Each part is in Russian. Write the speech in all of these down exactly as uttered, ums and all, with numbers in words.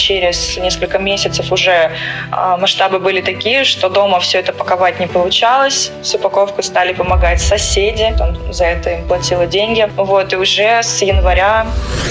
через несколько месяцев уже масштабы были такие, что дома все это паковать не получалось. С упаковкой стали помогать соседи, там, за это им платила деньги. Вот, и уже с января...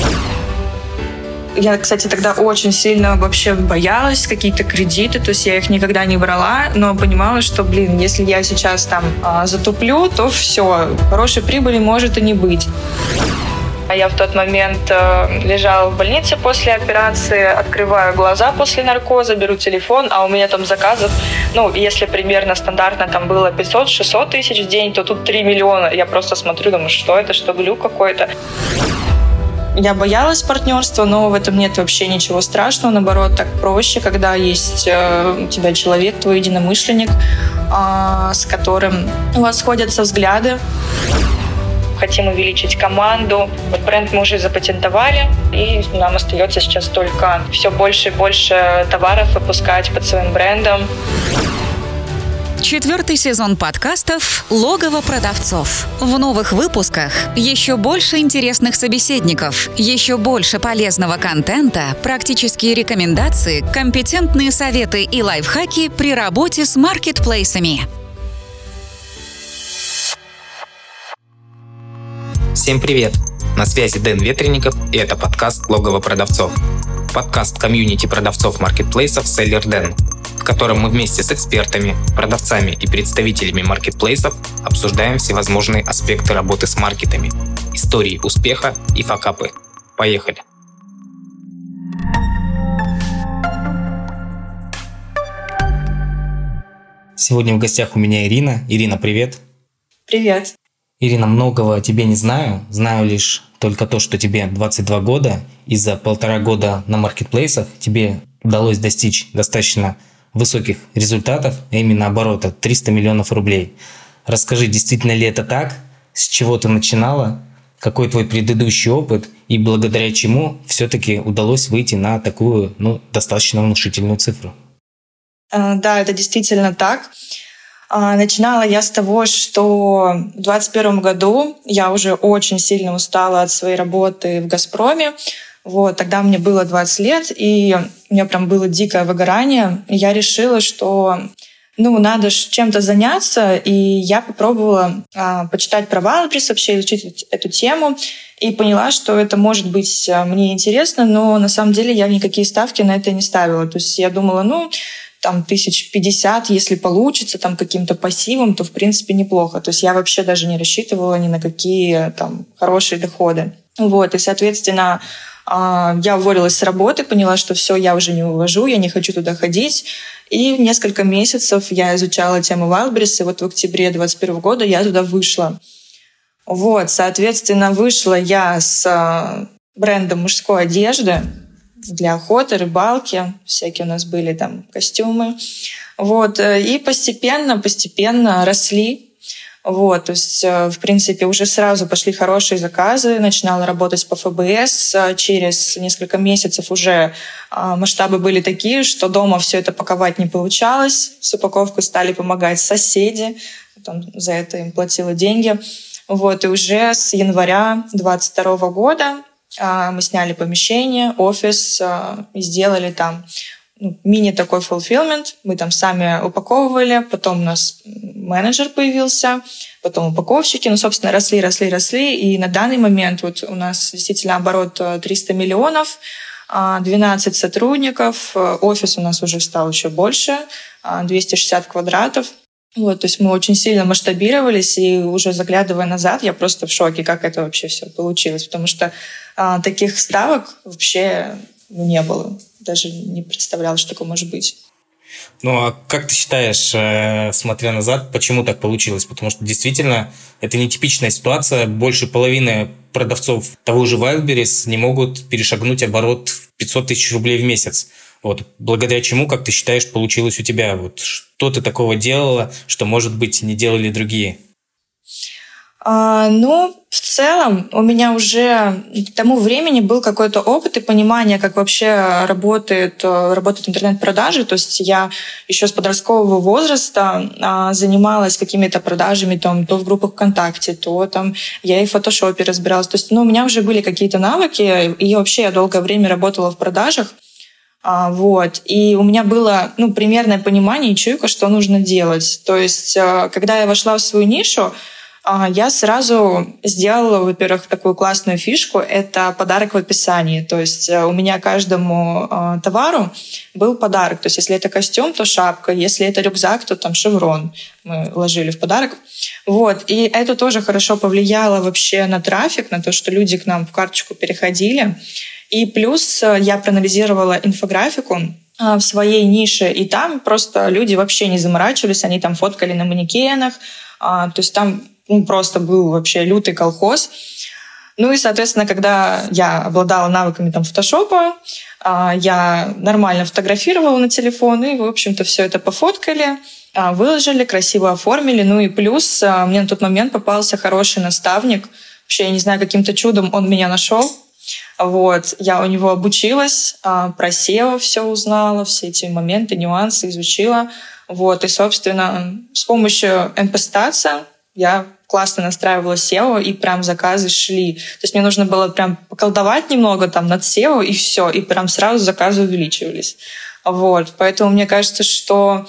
Я, кстати, тогда очень сильно вообще боялась какие-то кредиты, то есть я их никогда не брала, но понимала, что, блин, если я сейчас там а, затуплю, то все, хорошей прибыли может и не быть. Я в тот момент э, лежала в больнице после операции, открываю глаза после наркоза, беру телефон, а у меня там заказов, ну, если примерно стандартно там было пятьсот-шестьсот тысяч в день, то тут три миллиона. Я просто смотрю, думаю, что это, что глюк какой-то. Я боялась партнерства, но в этом нет вообще ничего страшного. Наоборот, так проще, когда есть э, у тебя человек, твой единомышленник, э, с которым у вас сходятся взгляды. Хотим увеличить команду. Вот бренд мы уже запатентовали, и нам остается сейчас только все больше и больше товаров выпускать под своим брендом. Четвертый сезон подкастов «Логово продавцов». В новых выпусках еще больше интересных собеседников, еще больше полезного контента, практические рекомендации, компетентные советы и лайфхаки при работе с маркетплейсами. Всем привет! На связи Дэн Ветренников, и это подкаст «Логово продавцов». Подкаст комьюнити продавцов маркетплейсов Seller Den, в котором мы вместе с экспертами, продавцами и представителями маркетплейсов обсуждаем всевозможные аспекты работы с маркетами, истории успеха и факапы. Поехали! Сегодня в гостях у меня Ирина. Ирина, привет! Привет! Ирина, многого о тебе не знаю. Знаю лишь только то, что тебе двадцать два года, и за полтора года на маркетплейсах тебе удалось достичь достаточно высоких результатов, а именно оборота триста миллионов рублей. Расскажи, действительно ли это так? С чего ты начинала? Какой твой предыдущий опыт? И благодаря чему все-таки удалось выйти на такую, ну, достаточно внушительную цифру? Да, это действительно так. Начинала я с того, что в двадцать первом году я уже очень сильно устала от своей работы в «Газпроме». Вот, тогда мне было двадцать лет, и у меня прям было дикое выгорание. И я решила, что ну, надо чем-то заняться, и я попробовала а, почитать про Wildberries, вообще изучить эту тему, и поняла, что это может быть мне интересно, но на самом деле я никакие ставки на это не ставила. То есть я думала, ну, там тысяч пятьдесят, если получится, там каким-то пассивом, то в принципе неплохо. То есть я вообще даже не рассчитывала ни на какие там хорошие доходы. Вот, и, соответственно, я уволилась с работы, поняла, что все, я уже не увожу, я не хочу туда ходить. И несколько месяцев я изучала тему Wildberries, и вот в октябре двадцать первого года я туда вышла. Вот, соответственно, вышла я с брендом мужской одежды для охоты, рыбалки. Всякие у нас были там костюмы. Вот, и постепенно, постепенно росли. Вот, то есть, в принципе, уже сразу пошли хорошие заказы, начинала работать по эф бэ эс, через несколько месяцев уже масштабы были такие, что дома все это паковать не получалось, с упаковкой стали помогать соседи, там, за это им платила деньги. Вот, и уже с января двадцать второго года мы сняли помещение, офис, и сделали там мини такой fulfillment. Мы там сами упаковывали, потом у нас менеджер появился, потом упаковщики. Ну, собственно, росли, росли, росли. И на данный момент вот у нас действительно оборот триста миллионов, двенадцать сотрудников. Офис у нас уже стал еще больше, двести шестьдесят квадратов. Вот, то есть мы очень сильно масштабировались, и уже заглядывая назад, я просто в шоке, как это вообще все получилось. Потому что а, таких ставок вообще ну, не было. Даже не представляла, что такое может быть. Ну, а как ты считаешь, э, смотря назад, почему так получилось? Потому что действительно это нетипичная ситуация. Больше половины продавцов того же Wildberries не могут перешагнуть оборот в пятьсот тысяч рублей в месяц. Вот. Благодаря чему, как ты считаешь, получилось у тебя? Вот. Что ты такого делала, что, может быть, не делали другие? А, ну, в целом у меня уже к тому времени был какой-то опыт и понимание, как вообще работает, работает интернет-продажи. То есть я еще с подросткового возраста а, занималась какими-то продажами там, то в группах ВКонтакте, то там я и в фотошопе разбиралась. То есть ну, у меня уже были какие-то навыки, и вообще я долгое время работала в продажах. А, вот. И у меня было ну, примерное понимание и чуйка, что нужно делать. То есть, когда я вошла в свою нишу, я сразу сделала, во-первых, такую классную фишку. Это подарок в описании. То есть у меня каждому товару был подарок. То есть если это костюм, то шапка. Если это рюкзак, то там шеврон мы ложили в подарок. Вот. И это тоже хорошо повлияло вообще на трафик, на то, что люди к нам в карточку переходили. И плюс я проанализировала инфографику в своей нише, и там просто люди вообще не заморачивались, они там фоткали на манекенах. То есть там ну, просто был вообще лютый колхоз. Ну и, соответственно, когда я обладала навыками там фотошопа, я нормально фотографировала на телефон, и, в общем-то, все это пофоткали, выложили, красиво оформили. Ну и плюс мне на тот момент попался хороший наставник. Вообще, я не знаю, каким-то чудом он меня нашел. Вот. Я у него обучилась, про сео все узнала, все эти моменты, нюансы изучила. Вот. И, собственно, с помощью эм пи Stats я классно настраивала сео, и прям заказы шли. То есть мне нужно было прям поколдовать немного там над сео, и все, и прям сразу заказы увеличивались. Вот. Поэтому мне кажется, что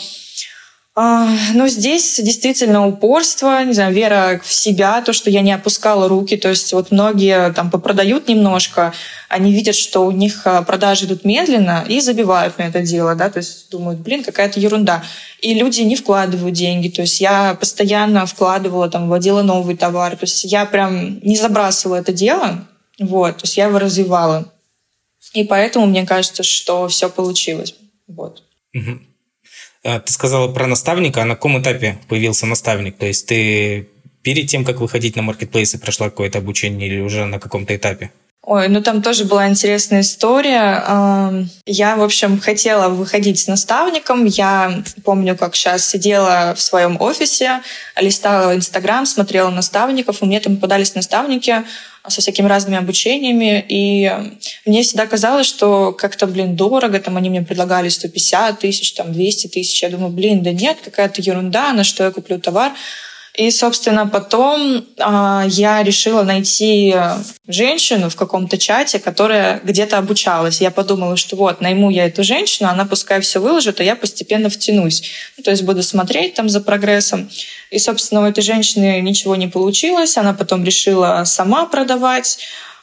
э, ну, здесь действительно упорство, не знаю, вера в себя, то, что я не опускала руки. То есть вот многие там попродают немножко, они видят, что у них продажи идут медленно и забивают на это дело, да, то есть думают, блин, какая-то ерунда. И люди не вкладывают деньги, то есть я постоянно вкладывала, там, вводила новый товар, то есть я прям не забрасывала это дело, вот, то есть я его развивала. И поэтому мне кажется, что все получилось, вот. Угу. Ты сказала про наставника, а на каком этапе появился наставник? То есть ты перед тем, как выходить на маркетплейсы, прошла какое-то обучение или уже на каком-то этапе? Ой, ну там тоже была интересная история. Я, в общем, хотела выходить с наставником. Я помню, как сейчас сидела в своем офисе, листала Инстаграм, смотрела наставников. У меня там попадались наставники со всякими разными обучениями. И мне всегда казалось, что как-то, блин, дорого. Там они мне предлагали сто пятьдесят тысяч, там двести тысяч. Я думаю, блин, да нет, какая-то ерунда, на что я куплю товар. И, собственно, потом э, я решила найти женщину в каком-то чате, которая где-то обучалась. Я подумала, что вот, найму я эту женщину, она пускай все выложит, а я постепенно втянусь. Ну, то есть буду смотреть там за прогрессом. И, собственно, у этой женщины ничего не получилось. Она потом решила сама продавать.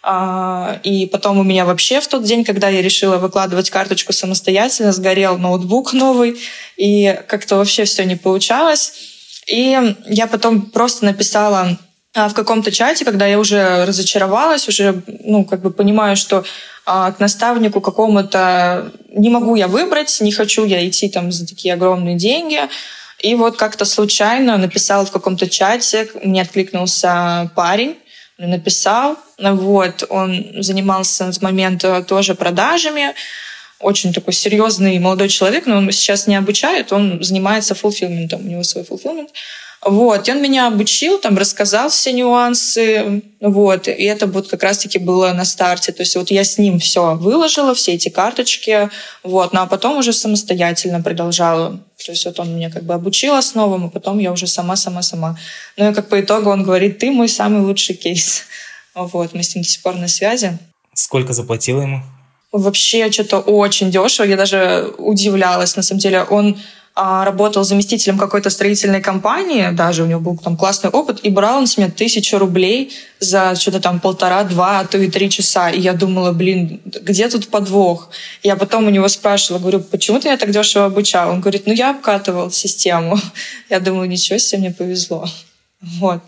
Э, и потом у меня вообще в тот день, когда я решила выкладывать карточку самостоятельно, сгорел ноутбук новый. И как-то вообще все не получалось. И я потом просто написала в каком-то чате, когда я уже разочаровалась, уже ну, как бы понимаю, что а, к наставнику какому-то не могу я выбрать, не хочу я идти там за такие огромные деньги. И вот как-то случайно написала в каком-то чате, мне откликнулся парень, написал. Вот, он занимался на тот момент тоже продажами. Очень такой серьезный молодой человек, но он сейчас не обучает, он занимается фулфилментом, у него свой фулфилмент. Вот, и он меня обучил, там, рассказал все нюансы, вот, и это вот как раз-таки было на старте. То есть вот я с ним все выложила, все эти карточки, вот, ну а потом уже самостоятельно продолжала. То есть вот он меня как бы обучил основам, а потом я уже сама-сама-сама. Ну и как по итогу он говорит, ты мой самый лучший кейс. Вот, мы с ним до сих пор на связи. Сколько заплатила ему? Вообще что-то очень дешево. Я даже удивлялась. На самом деле он а, работал заместителем какой-то строительной компании, даже у него был там классный опыт, и брал он с меня тысячу рублей за что-то там полтора-два, а то и три часа. И я думала, блин, где тут подвох? Я потом у него спрашивала, говорю, почему ты меня так дешево обучал? Он говорит, ну я обкатывал систему. Я думаю, ничего себе, мне повезло. Вот.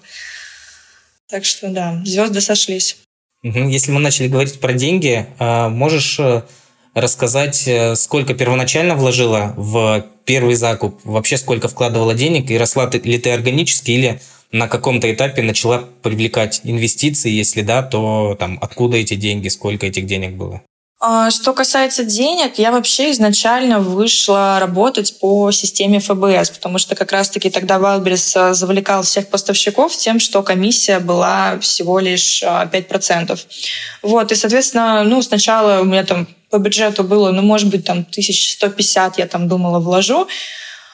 Так что да, звезды сошлись. Если мы начали говорить про деньги, можешь рассказать, сколько первоначально вложила в первый закуп, вообще сколько вкладывала денег, и росла ли ты органически, или на каком-то этапе начала привлекать инвестиции, если да, то там, откуда эти деньги, сколько этих денег было? Что касается денег, я вообще изначально вышла работать по системе эф бэ эс, потому что как раз-таки тогда Wildberries завлекал всех поставщиков тем, что комиссия была всего лишь пять процентов. Вот, и, соответственно, ну, сначала у меня там по бюджету было, ну, может быть, там тысяча сто пятьдесят я там думала вложу.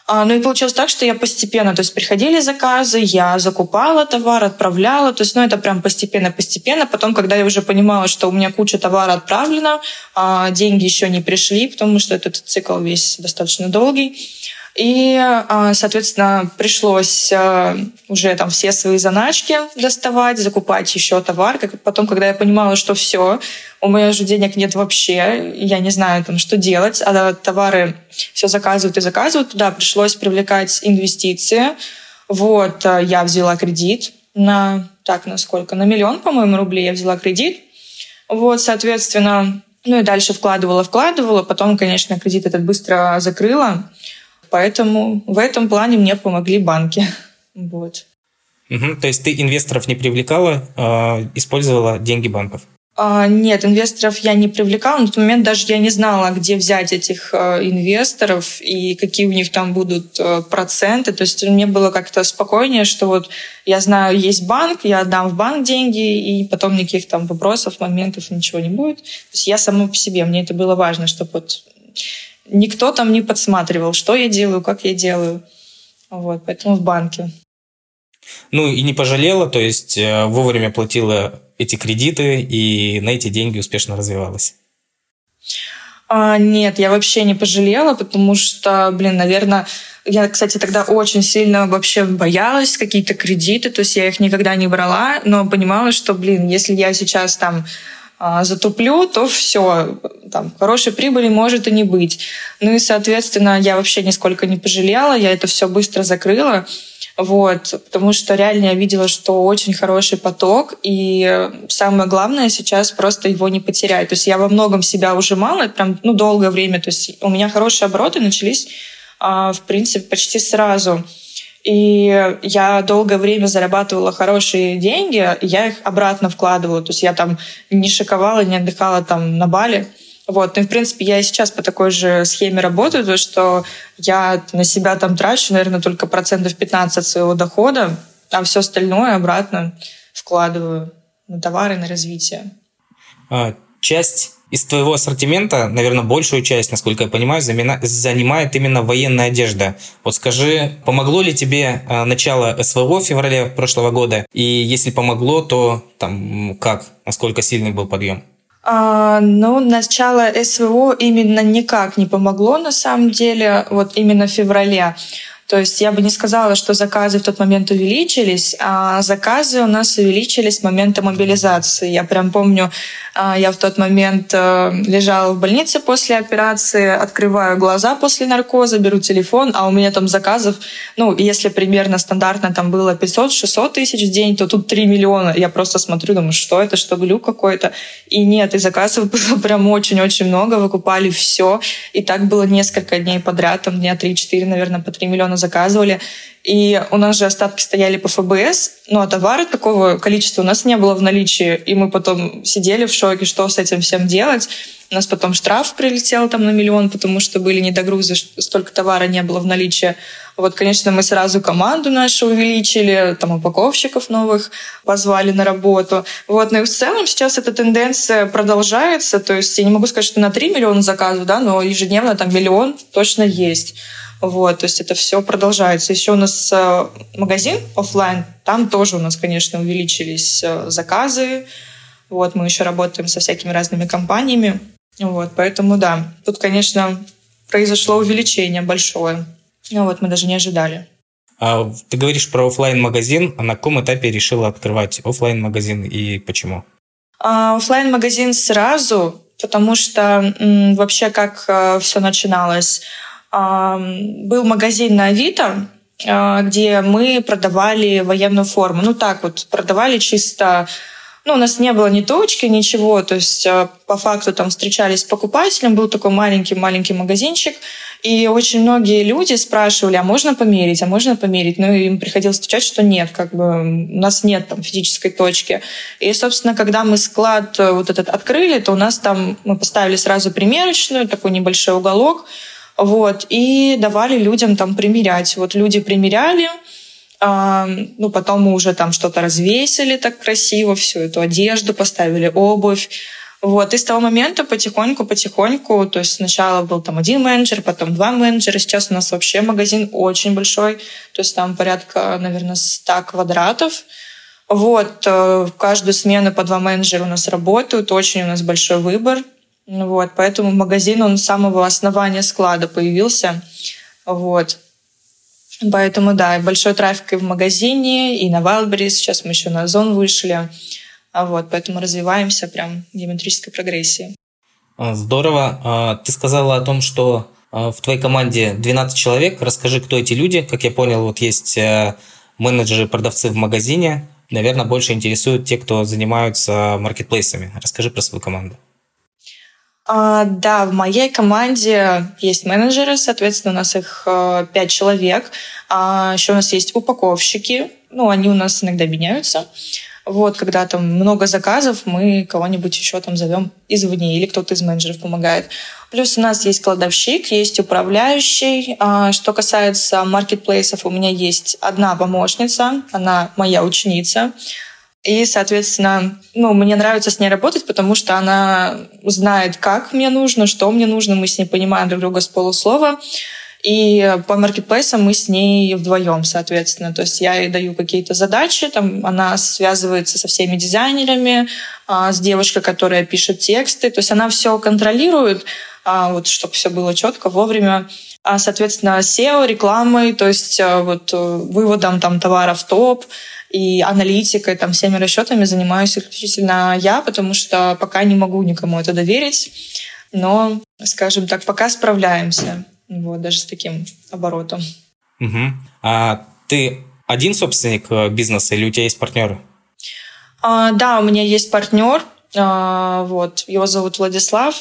А, ну и получилось так, что я постепенно, то есть приходили заказы, я закупала товар, отправляла, то есть, ну это прям постепенно-постепенно. Потом, когда я уже понимала, что у меня куча товара отправлена, а деньги еще не пришли, потому что этот цикл весь достаточно долгий. И, соответственно, пришлось уже там все свои заначки доставать, закупать еще товар. Потом, когда я понимала, что все, у меня уже денег нет вообще, я не знаю, там, что делать, а товары все заказывают и заказывают, туда пришлось привлекать инвестиции. Вот, я взяла кредит на, так, на сколько? На миллион, по-моему, рублей я взяла кредит. Вот, соответственно, ну и дальше вкладывала, вкладывала. Потом, конечно, кредит этот быстро закрыла. Поэтому в этом плане мне помогли банки. Вот. Угу. То есть ты инвесторов не привлекала, а использовала деньги банков? А, нет, инвесторов я не привлекала. На тот момент даже я не знала, где взять этих а, инвесторов и какие у них там будут а, проценты. То есть мне было как-то спокойнее, что вот я знаю, есть банк, я отдам в банк деньги, и потом никаких там вопросов, моментов, ничего не будет. То есть я сама по себе, мне это было важно, чтобы вот никто там не подсматривал, что я делаю, как я делаю. Вот, поэтому в банке. Ну и не пожалела, то есть вовремя платила эти кредиты и на эти деньги успешно развивалась? А, нет, я вообще не пожалела, потому что, блин, наверное, я, кстати, тогда очень сильно вообще боялась какие-то кредиты, то есть я их никогда не брала, но понимала, что, блин, если я сейчас там затуплю, то все, там, хорошей прибыли может и не быть. Ну и, соответственно, я вообще нисколько не пожалела, я это все быстро закрыла, вот, потому что реально я видела, что очень хороший поток, и самое главное сейчас просто его не потерять. То есть я во многом себя ужимала, прям, ну, долгое время, то есть у меня хорошие обороты начались, в принципе, почти сразу. И я долгое время зарабатывала хорошие деньги, и я их обратно вкладывала. То есть я там не шиковала, не отдыхала там на Бали. Вот. Ну и, в принципе, я и сейчас по такой же схеме работаю, то что я на себя там трачу, наверное, только процентов пятнадцать от своего дохода, а все остальное обратно вкладываю на товары, на развитие. А, часть из твоего ассортимента, наверное, большую часть, насколько я понимаю, занимает именно военная одежда. Вот скажи, помогло ли тебе начало СВО в феврале прошлого года? И если помогло, то там как? Насколько сильный был подъем? А, ну, начало СВО именно никак не помогло, на самом деле, вот именно в феврале. То есть я бы не сказала, что заказы в тот момент увеличились, а заказы у нас увеличились с момента мобилизации. Я прям помню, я в тот момент лежала в больнице после операции, открываю глаза после наркоза, беру телефон, а у меня там заказов, ну, если примерно стандартно там было пятьсот-шестьсот тысяч в день, то тут три миллиона. Я просто смотрю, думаю, что это, что глюк какой-то. И нет, и заказов было прям очень-очень много, выкупали все. И так было несколько дней подряд, там дня три-четыре, наверное, по три миллиона заказывали. И у нас же остатки стояли по ФБС, ну а товара такого количества у нас не было в наличии. И мы потом сидели в шоке, что с этим всем делать. У нас потом штраф прилетел там на миллион, потому что были недогрузы, столько товара не было в наличии. Вот, конечно, мы сразу команду нашу увеличили, там упаковщиков новых позвали на работу. Вот, но и в целом сейчас эта тенденция продолжается. То есть я не могу сказать, что на три миллиона заказов, да, но ежедневно там миллион точно есть. Вот, то есть это все продолжается. Еще у нас магазин офлайн, там тоже у нас, конечно, увеличились заказы. Вот, мы еще работаем со всякими разными компаниями. Вот, поэтому да, тут, конечно, произошло увеличение большое. Вот, мы даже не ожидали. А ты говоришь про офлайн-магазин, а на каком этапе решила открывать офлайн-магазин и почему? А, офлайн-магазин сразу, потому что м, вообще как а, все начиналось. А, был магазин на Авито, а, где мы продавали военную форму. Ну так вот, продавали чисто... Ну, у нас не было ни точки, ничего. То есть по факту там встречались с покупателем. Был такой маленький-маленький магазинчик. И очень многие люди спрашивали, а можно померить, а можно померить? Ну, им приходилось отвечать, что нет, как бы у нас нет там физической точки. И, собственно, когда мы склад вот этот открыли, то у нас там мы поставили сразу примерочную, такой небольшой уголок, вот, и давали людям там примерять. Вот люди примеряли, а, ну, потом мы уже там что-то развесили так красиво, всю эту одежду, поставили обувь. Вот, и с того момента потихоньку-потихоньку, то есть сначала был там один менеджер, потом два менеджера, сейчас у нас вообще магазин очень большой, то есть там порядка, наверное, ста квадратов. Вот, в каждую смену по два менеджера у нас работают, очень у нас большой выбор. Вот, поэтому магазин, он с самого основания склада появился. Вот. Поэтому, да, большой трафик и в магазине, и на Wildberries. Сейчас мы еще на Озон вышли. Вот, поэтому развиваемся прям в геометрической прогрессии. Здорово. Ты сказала о том, что в твоей команде двенадцать человек. Расскажи, кто эти люди. Как я понял, вот есть менеджеры, продавцы в магазине. Наверное, больше интересуют те, кто занимаются маркетплейсами. Расскажи про свою команду. А, да, в моей команде есть менеджеры, соответственно, у нас их пять человек. А еще у нас есть упаковщики, ну, они у нас иногда меняются. Вот, когда там много заказов, мы кого-нибудь еще там зовем извне или кто-то из менеджеров помогает. Плюс у нас есть кладовщик, есть управляющий. А, что касается маркетплейсов, у меня есть одна помощница, она моя ученица. И, соответственно, ну, мне нравится с ней работать, потому что она знает, как мне нужно, что мне нужно, мы с ней понимаем друг друга с полуслова. И по маркетплейсам мы с ней вдвоем, соответственно. То есть я ей даю какие-то задачи, там она связывается со всеми дизайнерами, а, с девушкой, которая пишет тексты. То есть она все контролирует, а, вот, чтобы все было четко, вовремя. А, соответственно, сео, рекламой, то есть а, вот, выводом там, товаров в топ, и аналитикой, там, всеми расчетами занимаюсь исключительно я, потому что пока не могу никому это доверить, но, скажем так, пока справляемся, вот, даже с таким оборотом. Угу. А ты один собственник бизнеса или у тебя есть партнеры? А, да, у меня есть партнер, а, вот, его зовут Владислав,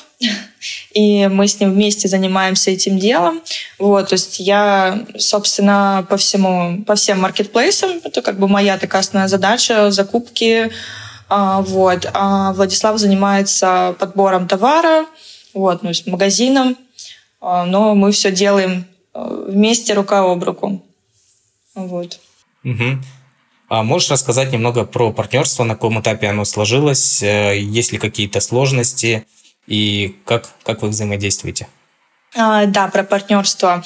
и мы с ним вместе занимаемся этим делом. Вот, то есть я, собственно, по всему, по всем маркетплейсам, это как бы моя такая основная задача, закупки. А, вот. А Владислав занимается подбором товара, вот, ну, с магазином, а, но мы все делаем вместе, рука об руку. Вот. Угу. А можешь рассказать немного про партнерство, на каком этапе оно сложилось, есть ли какие-то сложности и как, как вы взаимодействуете? А, да, про партнерство.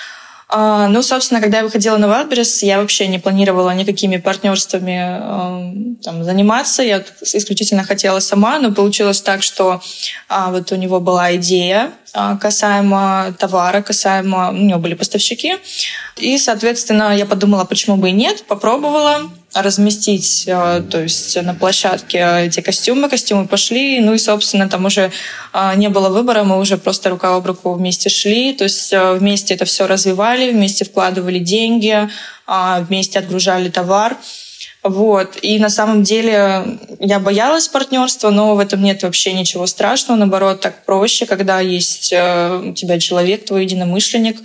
А, ну, собственно, когда я выходила на Wildberries, я вообще не планировала никакими партнерствами а, там, заниматься. Я исключительно хотела сама, но получилось так, что а, вот у него была идея а, касаемо товара, касаемо... У него были поставщики. И, соответственно, я подумала, почему бы и нет. Попробовала разместить, то есть на площадке эти костюмы, костюмы пошли, ну и, собственно, там уже не было выбора, мы уже просто рука об руку вместе шли, то есть вместе это все развивали, вместе вкладывали деньги, вместе отгружали товар. Вот. И на самом деле я боялась партнерства, но в этом нет вообще ничего страшного, наоборот, так проще, когда есть у тебя человек, твой единомышленник,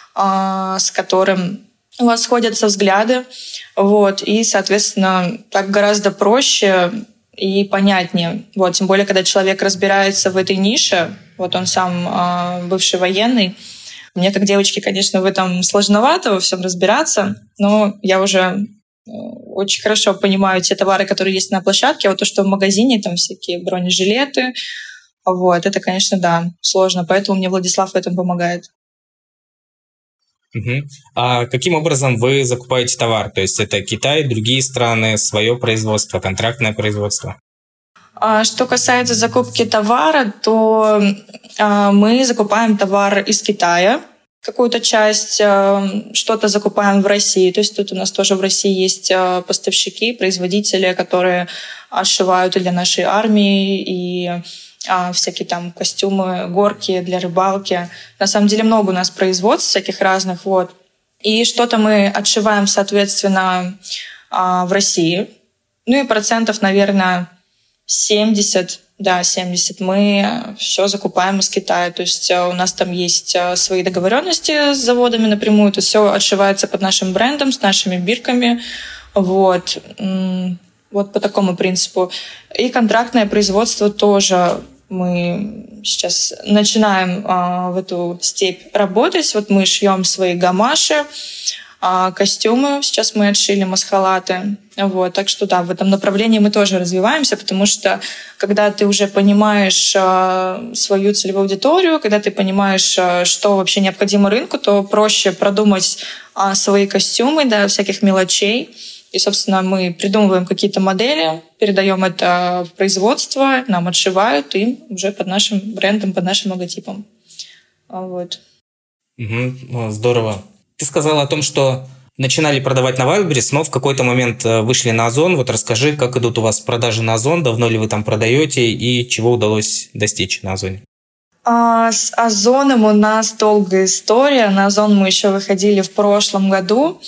с которым у вас сходятся взгляды, вот, и, соответственно, так гораздо проще и понятнее. Вот, тем более, когда человек разбирается в этой нише, вот он сам э, бывший военный. Мне, как девочке, конечно, в этом сложновато во всем разбираться, но я уже очень хорошо понимаю те товары, которые есть на площадке, а вот то, что в магазине, там всякие бронежилеты, вот, это, конечно, да, сложно, поэтому мне Владислав в этом помогает. Угу. А каким образом вы закупаете товар? То есть это Китай, другие страны, свое производство, контрактное производство? Что касается закупки товара, то мы закупаем товар из Китая, какую-то часть, что-то закупаем в России. То есть тут у нас тоже в России есть поставщики, производители, которые сшивают и для нашей армии, и всякие там костюмы, горки для рыбалки. На самом деле много у нас производств всяких разных. Вот. И что-то мы отшиваем, соответственно, в России. Ну и процентов, наверное, семьдесят, да, семьдесят мы все закупаем из Китая. То есть у нас там есть свои договоренности с заводами напрямую. То есть все отшивается под нашим брендом, с нашими бирками. Вот. Вот по такому принципу. И контрактное производство тоже мы сейчас начинаем а, в эту степь работать. Вот мы шьем свои гамаши, а, костюмы. Сейчас мы отшили масхалаты. Вот. Так что да, в этом направлении мы тоже развиваемся, потому что когда ты уже понимаешь а, свою целевую аудиторию, когда ты понимаешь, а, что вообще необходимо рынку, то проще продумать а, свои костюмы, да, всяких мелочей. И, собственно, мы придумываем какие-то модели, передаем это в производство, нам отшивают, и уже под нашим брендом, под нашим логотипом. Вот. Угу, здорово. Ты сказала о том, что начинали продавать на Wildberries, но в какой-то момент вышли на Озон. Вот расскажи, как идут у вас продажи на Озон, давно ли вы там продаете и чего удалось достичь на Озоне? А с Озоном у нас долгая история. На Озон мы еще выходили в прошлом году.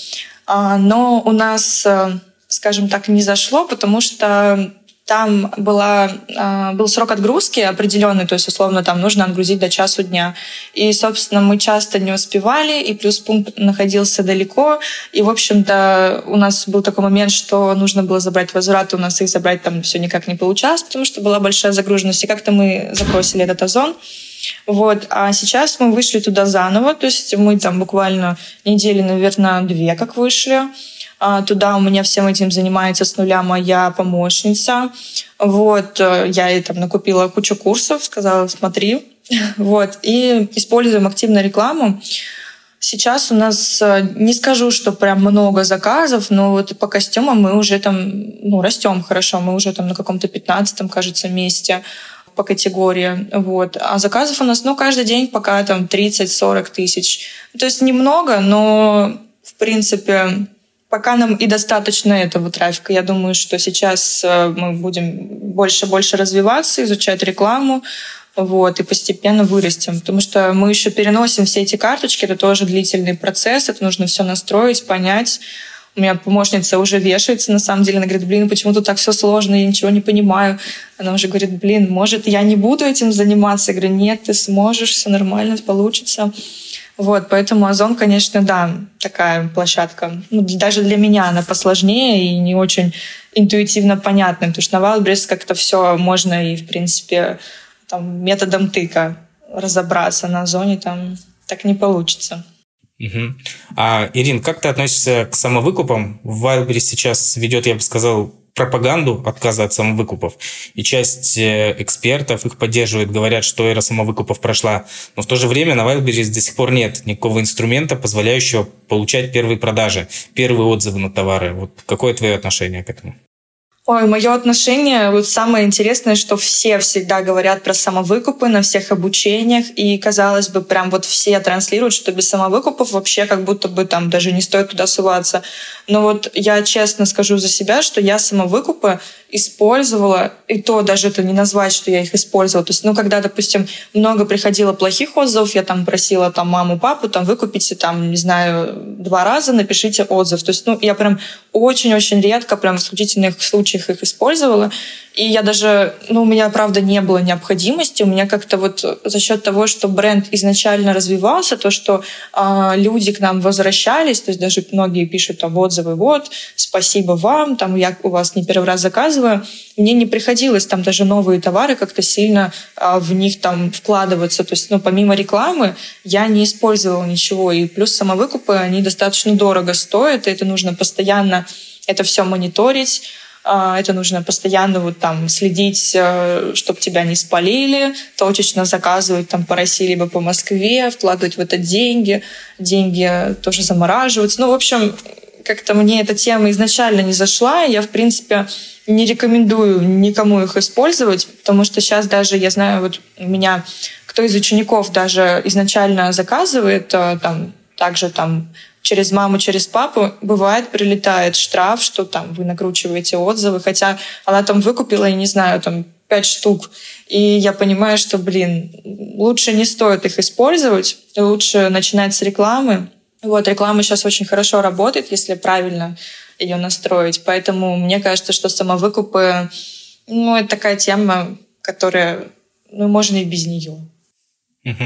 Но у нас, скажем так, не зашло, потому что там была, был срок отгрузки определенный, то есть, условно, там нужно отгрузить до часу дня. И, собственно, мы часто не успевали, и плюс пункт находился далеко. И, в общем-то, у нас был такой момент, что нужно было забрать возврат, у нас их забрать там все никак не получалось, потому что была большая загруженность. И как-то мы забросили этот Озон. Вот. А сейчас мы вышли туда заново, то есть мы там буквально недели, наверное, две как вышли. А туда у меня всем этим занимается с нуля моя помощница. Вот. Я ей там накупила кучу курсов, сказала, смотри. Вот. И используем активно рекламу. Сейчас у нас, не скажу, что прям много заказов, но вот по костюмам мы уже там, ну, растем хорошо. Мы уже там на каком-то пятнадцатом, кажется, месте по категории. Вот. А заказов у нас, ну, каждый день пока там тридцать-сорок тысяч. То есть немного, но, в принципе, пока нам и достаточно этого трафика. Я думаю, что сейчас мы будем больше-больше развиваться, изучать рекламу, вот, и постепенно вырастем. Потому что мы еще переносим все эти карточки, это тоже длительный процесс, это нужно все настроить, понять. У меня помощница уже вешается, на самом деле. Она говорит, блин, почему тут так все сложно, я ничего не понимаю. Она уже говорит, блин, может, я не буду этим заниматься? Я говорю, нет, ты сможешь, все нормально, получится. Вот, поэтому Озон, конечно, да, такая площадка. Ну, даже для меня она посложнее и не очень интуитивно понятная, потому что на Wildberries как-то все можно и, в принципе, там, методом тыка разобраться. На Озоне там так не получится. Угу. А, Ирин, как ты относишься к самовыкупам? В Wildberries сейчас ведет, я бы сказал, пропаганду отказа от самовыкупов. И часть экспертов их поддерживает, говорят, что эра самовыкупов прошла. Но в то же время на Wildberries до сих пор нет никакого инструмента, позволяющего получать первые продажи, первые отзывы на товары. Вот какое твое отношение к этому? Ой, мое отношение, вот самое интересное, что все всегда говорят про самовыкупы на всех обучениях, и, казалось бы, прям вот все транслируют, что без самовыкупов вообще как будто бы там даже не стоит туда суваться. Но вот я честно скажу за себя, что я самовыкупы использовала, и то даже это не назвать, что я их использовала. То есть, ну, когда, допустим, много приходило плохих отзывов, я там просила там маму, папу, там, выкупите, там, не знаю, два раза, напишите отзыв. То есть, ну, я прям очень-очень редко, прям в исключительных случаях их использовала. И я даже, ну, у меня, правда, не было необходимости. У меня как-то вот за счет того, что бренд изначально развивался, то, что э, люди к нам возвращались, то есть даже многие пишут там отзывы, вот, спасибо вам, там, я у вас не первый раз заказываю. Мне не приходилось там даже новые товары как-то сильно э, в них там вкладываться. То есть, ну, помимо рекламы я не использовала ничего. И плюс самовыкупы, они достаточно дорого стоят, и это нужно постоянно это все мониторить. Это нужно постоянно вот там следить, чтобы тебя не спалили, точечно заказывать там по России либо по Москве, вкладывать в это деньги, деньги тоже замораживать. Ну, в общем, как-то мне эта тема изначально не зашла, и я, в принципе, не рекомендую никому их использовать, потому что сейчас даже, я знаю, вот у меня кто из учеников даже изначально заказывает, там, также там через маму, через папу, бывает, прилетает штраф, что там вы накручиваете отзывы, хотя она там выкупила, я не знаю, там пять штук. И я понимаю, что, блин, лучше не стоит их использовать, лучше начинать с рекламы. Вот, реклама сейчас очень хорошо работает, если правильно ее настроить. Поэтому мне кажется, что самовыкупы, ну, это такая тема, которая, ну, можно и без нее. Угу.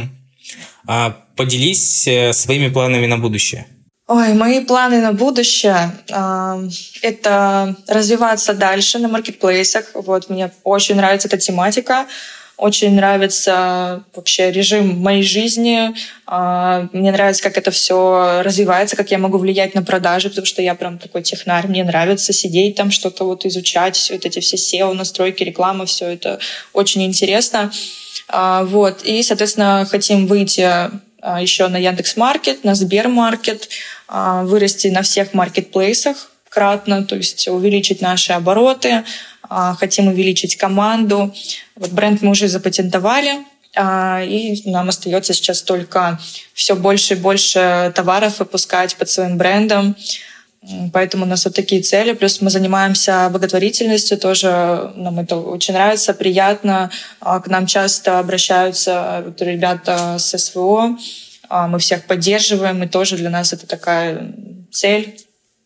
А поделись своими планами на будущее. Ой, мои планы на будущее э, — это развиваться дальше на маркетплейсах. Вот, мне очень нравится эта тематика. Очень нравится вообще режим моей жизни. Мне нравится, как это все развивается, как я могу влиять на продажи, потому что я прям такой технарь. Мне нравится сидеть там, что-то вот изучать, вот эти все сео, настройки, реклама, все это очень интересно. Вот. И, соответственно, хотим выйти еще на Яндекс.Маркет, на Сбермаркет, вырасти на всех маркетплейсах кратно, то есть увеличить наши обороты, хотим увеличить команду. Вот бренд мы уже запатентовали, и нам остается сейчас только все больше и больше товаров выпускать под своим брендом. Поэтому у нас вот такие цели. Плюс мы занимаемся благотворительностью, тоже нам это очень нравится, приятно. К нам часто обращаются вот ребята с СВО. Мы всех поддерживаем, и тоже для нас это такая цель.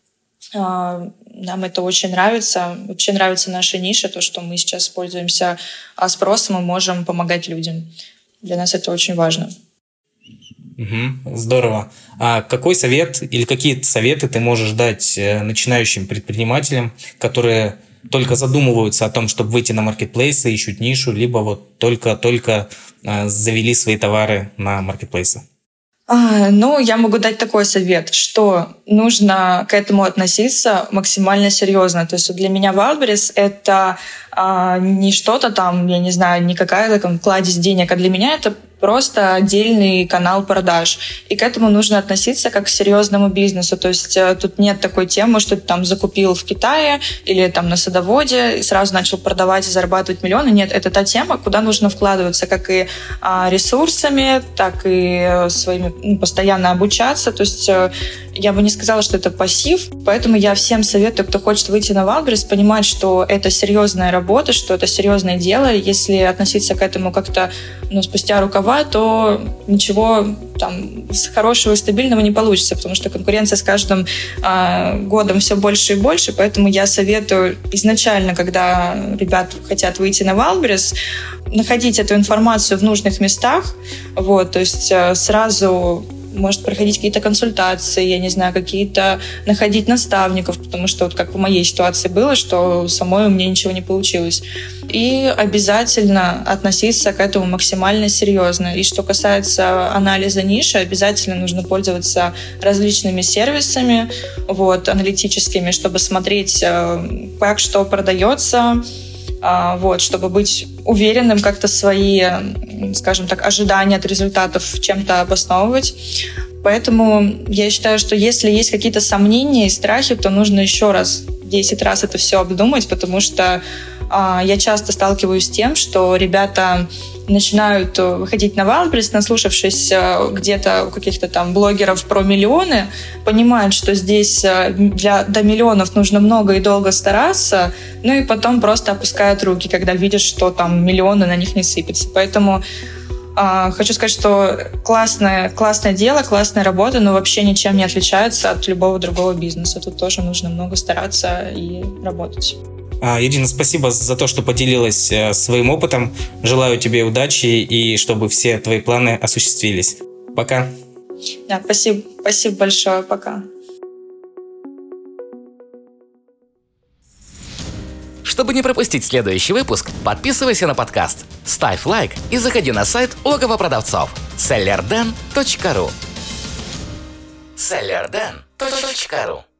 Нам это очень нравится. Вообще нравится наша ниша, то, что мы сейчас пользуемся спросом и можем помогать людям. Для нас это очень важно. Угу, здорово. А какой совет или какие советы ты можешь дать начинающим предпринимателям, которые только задумываются о том, чтобы выйти на маркетплейсы, ищут нишу, либо вот только-только завели свои товары на маркетплейсы? А, ну, я могу дать такой совет, что нужно к этому относиться максимально серьезно. То есть для меня Wildberries — это а, не что-то там, я не знаю, не какая-то там кладезь денег, а для меня это просто отдельный канал продаж. И к этому нужно относиться как к серьезному бизнесу. То есть тут нет такой темы, что ты там закупил в Китае или там на садоводе и сразу начал продавать и зарабатывать миллионы. Нет, это та тема, куда нужно вкладываться как и а, ресурсами, так и своими, ну, постоянно обучаться. То есть я бы не сказала, что это пассив. Поэтому я всем советую, кто хочет выйти на Wildberries, понимать, что это серьезная работа, что это серьезное дело. Если относиться к этому как-то, ну, спустя рукава, то ничего там хорошего и стабильного не получится, потому что конкуренция с каждым э, годом все больше и больше, поэтому я советую изначально, когда ребят хотят выйти на Wildberries, находить эту информацию в нужных местах, вот, то есть э, сразу может проходить какие-то консультации, я не знаю, какие-то находить наставников, потому что вот как в моей ситуации было, что самой у меня ничего не получилось. И обязательно относиться к этому максимально серьезно. И что касается анализа ниши, обязательно нужно пользоваться различными сервисами, вот, аналитическими, чтобы смотреть, как что продается, вот, чтобы быть уверенным, как-то свои, скажем так, ожидания от результатов чем-то обосновывать. Поэтому я считаю, что если есть какие-то сомнения и страхи, то нужно еще раз, десять раз это все обдумать, потому что а, я часто сталкиваюсь с тем, что ребята начинают выходить на Wildberries, наслушавшись где-то у каких-то там блогеров про миллионы, понимают, что здесь для, до миллионов нужно много и долго стараться, ну и потом просто опускают руки, когда видят, что там миллионы на них не сыпятся. Поэтому э, хочу сказать, что классное, классное дело, классная работа, но вообще ничем не отличается от любого другого бизнеса. Тут тоже нужно много стараться и работать. Ирина, спасибо за то, что поделилась своим опытом. Желаю тебе удачи и чтобы все твои планы осуществились. Пока. Да, спасибо, спасибо большое. Пока. Чтобы не пропустить следующий выпуск, подписывайся на подкаст, ставь лайк и заходи на сайт Логово продавцов селлерден точка ру. селлерден точка ру